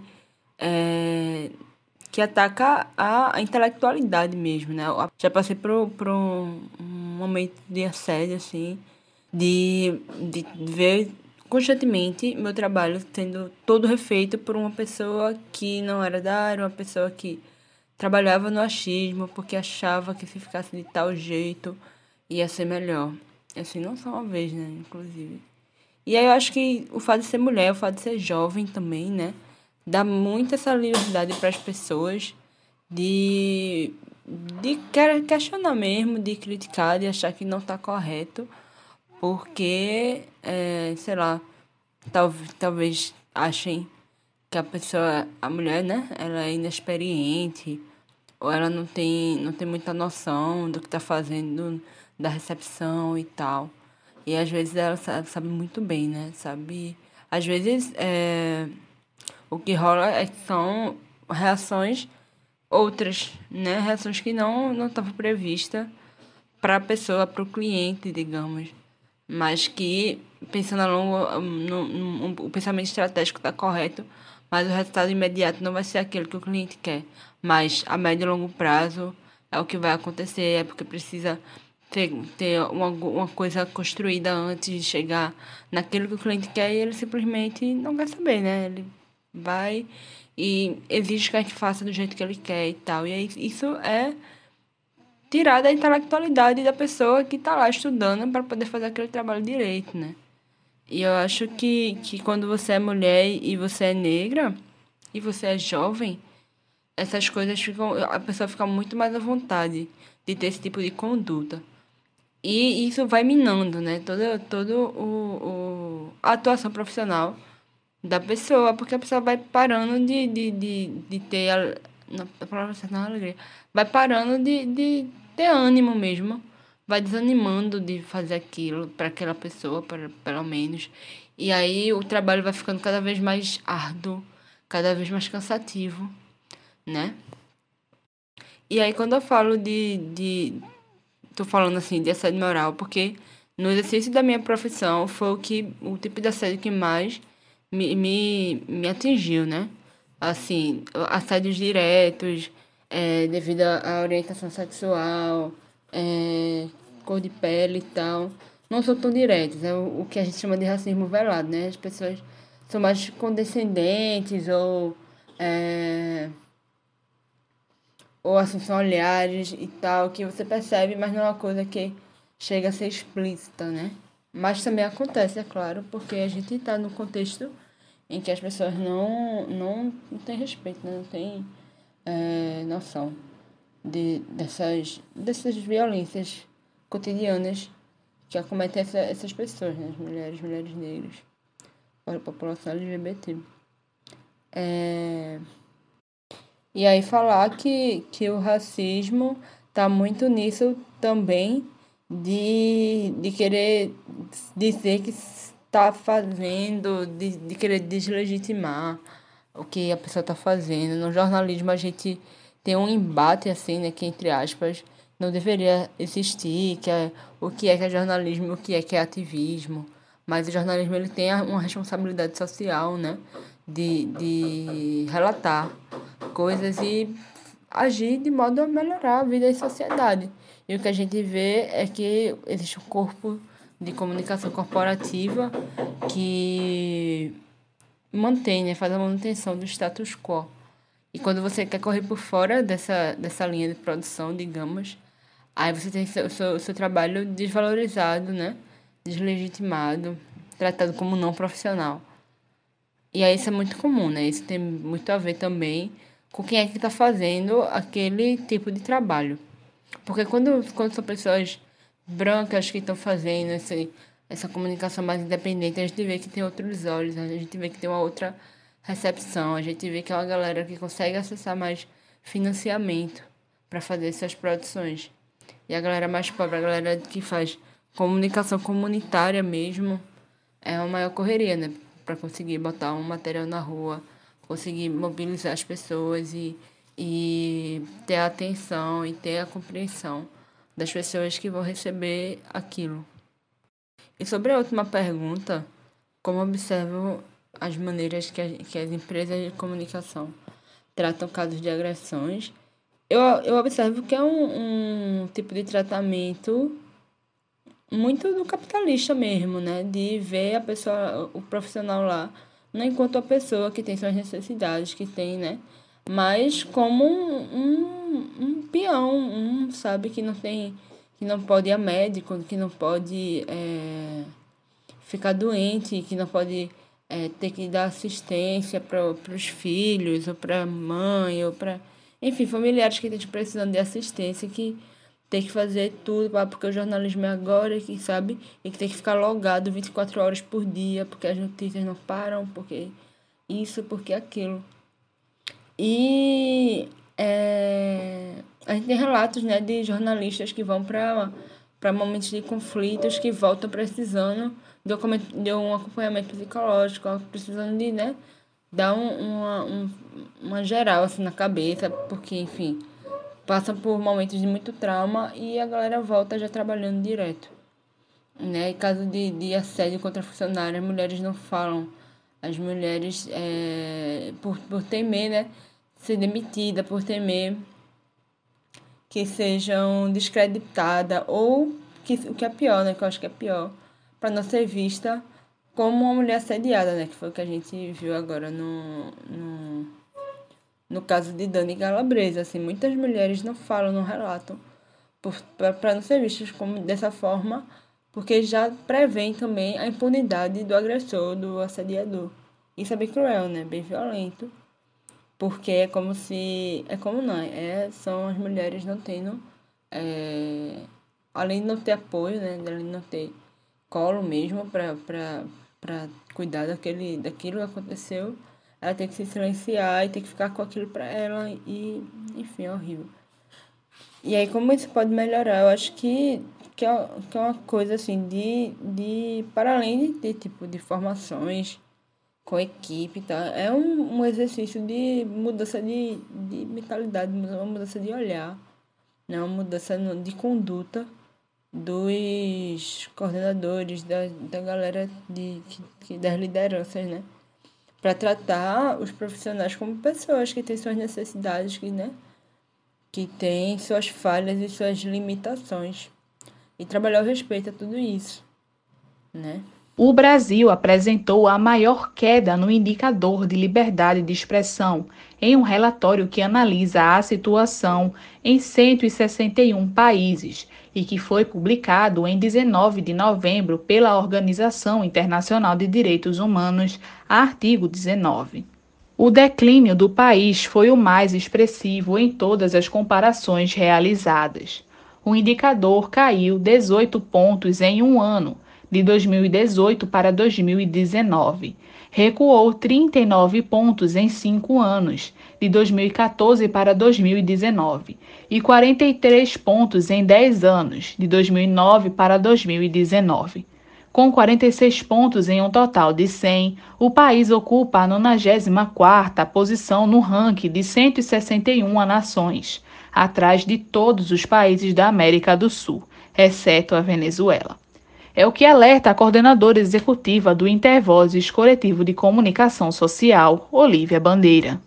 é, que ataca a, a intelectualidade mesmo, né. Eu já passei por, por um, um momento de assédio, assim, de, de ver constantemente meu trabalho sendo todo refeito por uma pessoa que não era da área, uma pessoa que trabalhava no achismo porque achava que se ficasse de tal jeito ia ser melhor. Assim, não só uma vez, né, inclusive. E aí eu acho que o fato de ser mulher, o fato de ser jovem também, né, dá muito essa liberdade para as pessoas de, de questionar mesmo, de criticar, de achar que não está correto, porque, é, sei lá, tal, talvez achem que a pessoa, a mulher, né, ela é inexperiente, ou ela não tem, não tem muita noção do que tá fazendo, da recepção e tal. E às vezes ela sabe, sabe muito bem, né, sabe... Às vezes, é, o que rola é que são reações outras, né, reações que não não estavam previstas para a pessoa, para o cliente, digamos, mas que, pensando a longo, no, no, no, o pensamento estratégico está correto, mas o resultado imediato não vai ser aquele que o cliente quer. Mas a médio e longo prazo é o que vai acontecer, é porque precisa ter, ter uma, uma coisa construída antes de chegar naquilo que o cliente quer e ele simplesmente não quer saber, né? Ele vai e exige que a gente faça do jeito que ele quer e tal. E aí isso é tirar da intelectualidade da pessoa que está lá estudando para poder fazer aquele trabalho direito, né? E eu acho que, que quando você é mulher e você é negra e você é jovem, essas coisas ficam... A pessoa fica muito mais à vontade de ter esse tipo de conduta. E isso vai minando, né? Todo, todo o, o, a atuação profissional da pessoa, porque a pessoa vai parando de, de, de, de ter... A, a palavra certa não é alegria. Vai parando de, de ter ânimo mesmo. Vai desanimando de fazer aquilo para aquela pessoa, para, pelo menos. E aí o trabalho vai ficando cada vez mais árduo, cada vez mais cansativo, né? E aí quando eu falo de... de tô falando assim de assédio moral, porque no exercício da minha profissão foi o, que, o tipo de assédio que mais me, me, me atingiu, né? Assim, assédios diretos, é, devido à orientação sexual, é, cor de pele e tal, não são tão diretos. É o, o que a gente chama de racismo velado, né? As pessoas são mais condescendentes ou... É, ou assim, são olhares e tal, que você percebe, mas não é uma coisa que chega a ser explícita, né? Mas também acontece, é claro, porque a gente está num contexto em que as pessoas não, não, não têm respeito, né? Não têm é, noção de, dessas, dessas violências cotidianas que acometem essa, essas pessoas, né? As mulheres, mulheres negras, a população L G B T. É... E aí falar que, que o racismo está muito nisso também de, de querer dizer que está fazendo, de, de querer deslegitimar o que a pessoa está fazendo. No jornalismo a gente tem um embate assim, né, que entre aspas não deveria existir, que é o que é que é jornalismo, o que é que é ativismo. Mas o jornalismo ele tem uma responsabilidade social, né, de, de relatar coisas e agir de modo a melhorar a vida e a sociedade. E o que a gente vê é que existe um corpo de comunicação corporativa que mantém, né, faz a manutenção do status quo. E quando você quer correr por fora dessa, dessa linha de produção, digamos, aí você tem o seu, seu, seu trabalho desvalorizado, né, deslegitimado, tratado como não profissional. E aí isso é muito comum, né? Isso tem muito a ver também com quem é que está fazendo aquele tipo de trabalho. Porque quando, quando são pessoas brancas que estão fazendo esse, essa comunicação mais independente, a gente vê que tem outros olhos, a gente vê que tem uma outra recepção, a gente vê que é uma galera que consegue acessar mais financiamento para fazer essas produções. E a galera mais pobre, a galera que faz comunicação comunitária mesmo, é uma maior correria, né? Para conseguir botar um material na rua, conseguir mobilizar as pessoas e, e ter a atenção e ter a compreensão das pessoas que vão receber aquilo. E sobre a última pergunta, como observo as maneiras que, a, que as empresas de comunicação tratam casos de agressões, eu, eu observo que é um, um tipo de tratamento muito do capitalista mesmo, né? De ver a pessoa, o profissional lá, não enquanto a pessoa que tem suas necessidades, que tem, né? Mas como um, um, um peão, um, sabe, que não tem, que não pode ir a médico, que não pode é, ficar doente, que não pode é, ter que dar assistência para os filhos, ou para a mãe, ou para... Enfim, familiares que estão precisando de assistência, que tem que fazer tudo, porque o jornalismo é agora, que sabe, e que tem que ficar logado vinte e quatro horas por dia, porque as notícias não param, porque isso, porque aquilo. E é, a gente tem relatos, né, de jornalistas que vão para para momentos de conflitos, que voltam precisando de um, de um acompanhamento psicológico, precisando de, né, dar um, uma, um, uma geral assim na cabeça, porque, enfim, passam por momentos de muito trauma e a galera volta já trabalhando direto. Né? Em caso de, de assédio contra funcionários, as mulheres não falam. As mulheres, é, por, por temer, né, ser demitida, por temer que sejam descreditadas, ou, que, o que é pior, né, que eu acho que é pior, para não ser vista como uma mulher assediada, né? Que foi o que a gente viu agora no, no, no caso de Dani Calabresa. Assim, muitas mulheres não falam, não relatam, para não ser vistas como dessa forma, porque já prevém também a impunidade do agressor, do assediador. Isso é bem cruel, né? Bem violento. Porque é como se... É como não, é, são as mulheres não tendo... É, além de não ter apoio, né? Além de não ter colo mesmo para cuidar daquele, daquilo que aconteceu, ela tem que se silenciar e tem que ficar com aquilo para ela e, enfim, é horrível. E aí, como isso pode melhorar? Eu acho que, que, é, que é uma coisa, assim, de, de para além de ter, tipo, de formações com equipe, tá? É um, um exercício de mudança de, de mentalidade, uma mudança de olhar, né? Uma mudança de conduta dos coordenadores, da, da galera de, que, das lideranças, né? Para tratar os profissionais como pessoas que têm suas necessidades, que, né? que têm suas falhas e suas limitações. E trabalhar o respeito a tudo isso, né? O Brasil apresentou a maior queda no indicador de liberdade de expressão em um relatório que analisa a situação em cento e sessenta e um países e que foi publicado em dezenove de novembro pela Organização Internacional de Direitos Humanos, artigo dezenove. O declínio do país foi o mais expressivo em todas as comparações realizadas. O indicador caiu dezoito pontos em um ano, de dois mil e dezoito para dois mil e dezenove. Recuou trinta e nove pontos em cinco anos, de dois mil e quatorze para dois mil e dezenove, e quarenta e três pontos em dez anos, de dois mil e nove para dois mil e dezenove. Com quarenta e seis pontos em um total de cem, o país ocupa a nonagésima quarta posição no ranking de cento e sessenta e uma nações, atrás de todos os países da América do Sul, exceto a Venezuela. É o que alerta a coordenadora executiva do Intervozes Coletivo de Comunicação Social, Olívia Bandeira.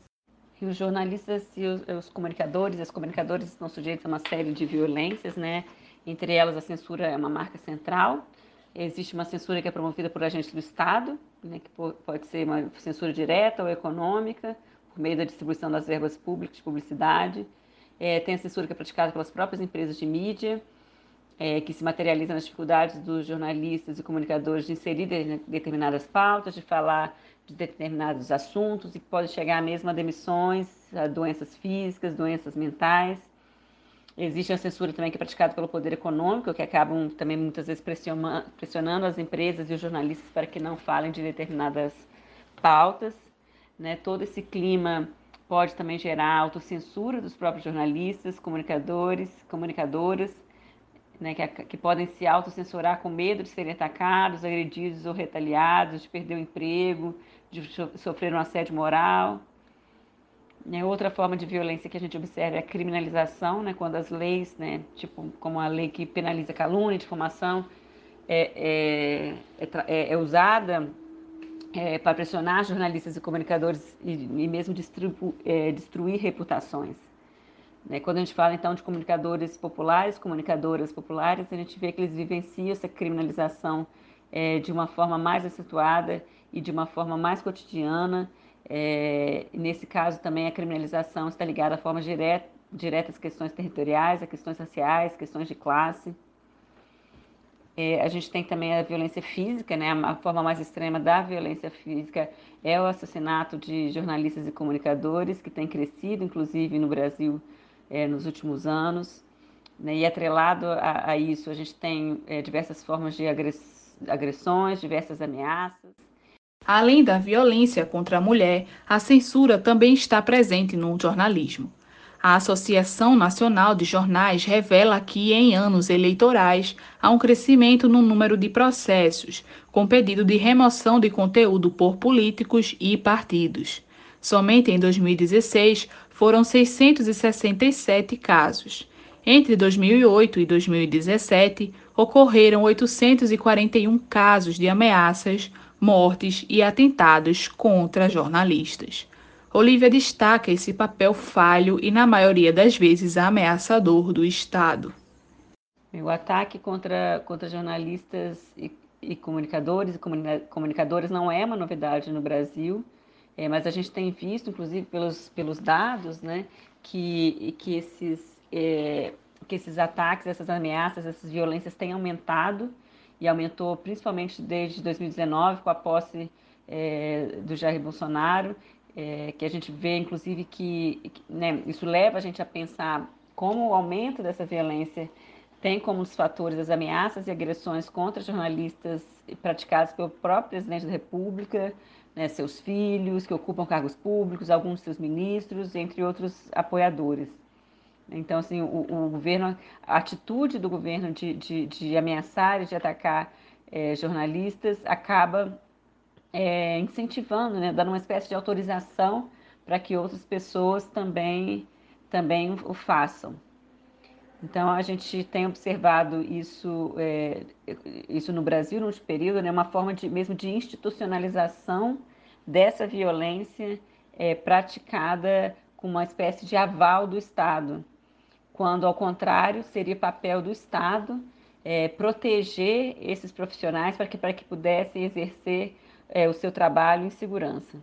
E os jornalistas e os, os comunicadores, as comunicadoras estão sujeitos a uma série de violências, né? Entre elas a censura é uma marca central. Existe uma censura que é promovida por agentes do Estado, né, que pode ser uma censura direta ou econômica, por meio da distribuição das verbas públicas de publicidade. É, tem a censura que é praticada pelas próprias empresas de mídia, é, que se materializa nas dificuldades dos jornalistas e comunicadores de inserir de, determinadas pautas, de falar de determinados assuntos, e que pode chegar mesmo a demissões, a doenças físicas, doenças mentais. Existe a censura também que é praticada pelo poder econômico, que acabam também muitas vezes pressionando as empresas e os jornalistas para que não falem de determinadas pautas, né? Todo esse clima pode também gerar autocensura dos próprios jornalistas, comunicadores, comunicadoras, né? que, que podem se autocensurar com medo de serem atacados, agredidos ou retaliados, de perder o emprego, de sofrer um assédio moral. Outra forma de violência que a gente observa é a criminalização, né, quando as leis, né, tipo como a lei que penaliza calúnia e difamação, é, é, é, é usada é, para pressionar jornalistas e comunicadores e, e mesmo distribu, é, destruir reputações. Né, quando a gente fala então de comunicadores populares, comunicadoras populares, a gente vê que eles vivenciam essa criminalização é, de uma forma mais acentuada e de uma forma mais cotidiana. É, nesse caso também a criminalização está ligada a formas direta, diretas às questões territoriais, a questões raciais, questões de classe. É, a gente tem também a violência física, né? A forma mais extrema da violência física é o assassinato de jornalistas e comunicadores, que tem crescido, inclusive no Brasil, é, nos últimos anos. Né? E atrelado a, a isso, a gente tem é, diversas formas de agress, agressões, diversas ameaças. Além da violência contra a mulher, a censura também está presente no jornalismo. A Associação Nacional de Jornais revela que, em anos eleitorais, há um crescimento no número de processos, com pedido de remoção de conteúdo por políticos e partidos. Somente em dois mil e dezesseis foram seiscentos e sessenta e sete casos. Entre dois mil e oito e dois mil e dezessete, ocorreram oitocentos e quarenta e um casos de ameaças, mortes e atentados contra jornalistas. Olívia destaca esse papel falho e, na maioria das vezes, ameaçador do Estado. O ataque contra, contra jornalistas e, e comunicadores e comunica- comunicadoras não é uma novidade no Brasil, é, mas a gente tem visto, inclusive pelos, pelos dados, né, que, que, esses, é, que esses ataques, essas ameaças, essas violências têm aumentado, e aumentou principalmente desde dois mil e dezenove, com a posse é, do Jair Bolsonaro, é, que a gente vê, inclusive, que, que né, isso leva a gente a pensar como o aumento dessa violência tem como os fatores as ameaças e agressões contra jornalistas praticadas pelo próprio presidente da República, né, seus filhos, que ocupam cargos públicos, alguns de seus ministros, entre outros apoiadores. Então, assim, o, o governo, a atitude do governo de, de, de ameaçar e de atacar é, jornalistas acaba é, incentivando, né, dando uma espécie de autorização para que outras pessoas também, também o façam. Então, a gente tem observado isso, é, isso no Brasil, num período, né, uma forma de, mesmo de institucionalização dessa violência é, praticada com uma espécie de aval do Estado, quando, ao contrário, seria papel do Estado é, proteger esses profissionais para que, para que pudessem exercer é, o seu trabalho em segurança.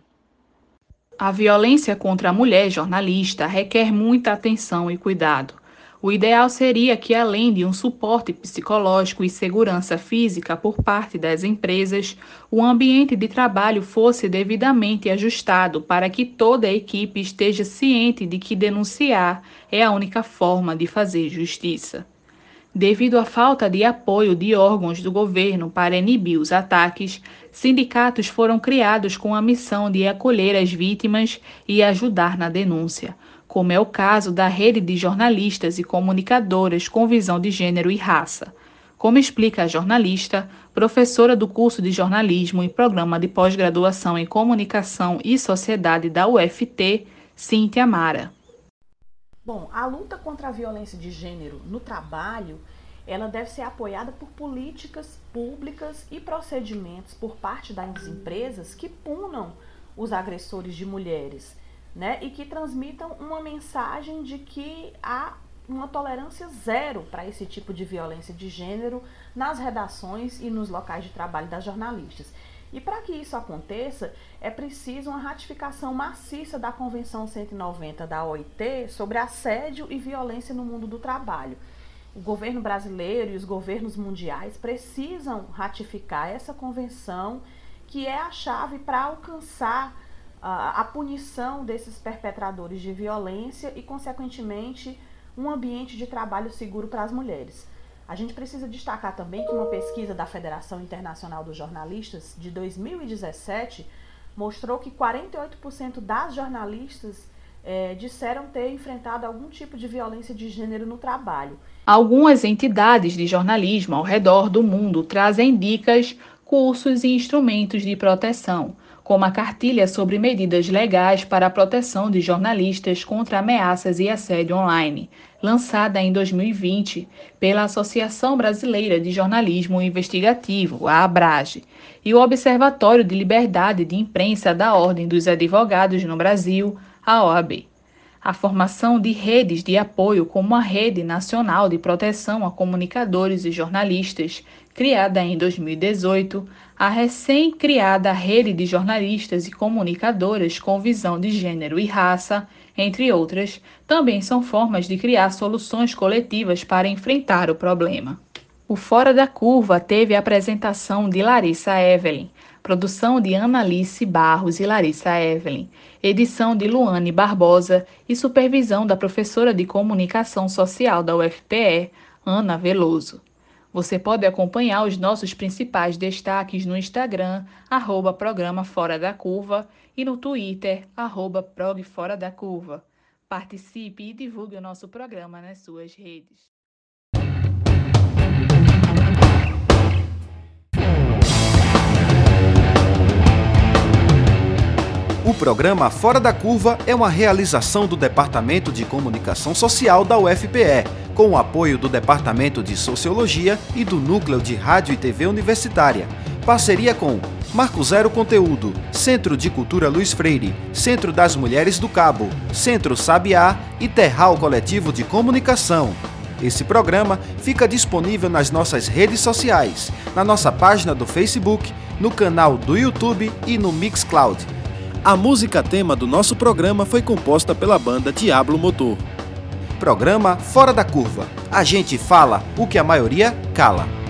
A violência contra a mulher jornalista requer muita atenção e cuidado. O ideal seria que, além de um suporte psicológico e segurança física por parte das empresas, o ambiente de trabalho fosse devidamente ajustado para que toda a equipe esteja ciente de que denunciar é a única forma de fazer justiça. Devido à falta de apoio de órgãos do governo para inibir os ataques, sindicatos foram criados com a missão de acolher as vítimas e ajudar na denúncia, como é o caso da Rede de Jornalistas e Comunicadoras com Visão de Gênero e Raça. Como explica a jornalista, professora do curso de jornalismo e programa de pós-graduação em Comunicação e Sociedade da U F T, Cíntia Mara. Bom, a luta contra a violência de gênero no trabalho, ela deve ser apoiada por políticas públicas e procedimentos por parte das empresas que punam os agressores de mulheres, né, e que transmitam uma mensagem de que há uma tolerância zero para esse tipo de violência de gênero nas redações e nos locais de trabalho das jornalistas. E para que isso aconteça, é preciso uma ratificação maciça da Convenção cento e noventa da O I T sobre assédio e violência no mundo do trabalho. O governo brasileiro e os governos mundiais precisam ratificar essa convenção, que é a chave para alcançar a punição desses perpetradores de violência e, consequentemente, um ambiente de trabalho seguro para as mulheres. A gente precisa destacar também que uma pesquisa da Federação Internacional dos Jornalistas de dois mil e dezessete mostrou que quarenta e oito por cento das jornalistas é, disseram ter enfrentado algum tipo de violência de gênero no trabalho. Algumas entidades de jornalismo ao redor do mundo trazem dicas, cursos e instrumentos de proteção, como a Cartilha sobre Medidas Legais para a Proteção de Jornalistas contra Ameaças e Assédio Online, lançada em dois mil e vinte pela Associação Brasileira de Jornalismo Investigativo, a ABRAGE, e o Observatório de Liberdade de Imprensa da Ordem dos Advogados no Brasil, a O A B. A formação de redes de apoio como a Rede Nacional de Proteção a Comunicadores e Jornalistas, criada em dois mil e dezoito, a recém-criada Rede de Jornalistas e Comunicadoras com Visão de Gênero e Raça, entre outras, também são formas de criar soluções coletivas para enfrentar o problema. O Fora da Curva teve a apresentação de Larissa Evelyn, produção de Analice Barros e Larissa Evelyn, edição de Luane Barbosa e supervisão da professora de Comunicação Social da U F P E, Ana Veloso. Você pode acompanhar os nossos principais destaques no Instagram, arroba Programa Fora da Curva, e no Twitter, arroba Prog Fora da Curva. Participe e divulgue o nosso programa nas suas redes. O programa Fora da Curva é uma realização do Departamento de Comunicação Social da U F P E, com o apoio do Departamento de Sociologia e do Núcleo de Rádio e T V Universitária. Parceria com Marco Zero Conteúdo, Centro de Cultura Luiz Freire, Centro das Mulheres do Cabo, Centro Sabiá e Terral Coletivo de Comunicação. Esse programa fica disponível nas nossas redes sociais, na nossa página do Facebook, no canal do YouTube e no Mixcloud. A música tema do nosso programa foi composta pela banda Diablo Motor. Programa Fora da Curva. A gente fala o que a maioria cala.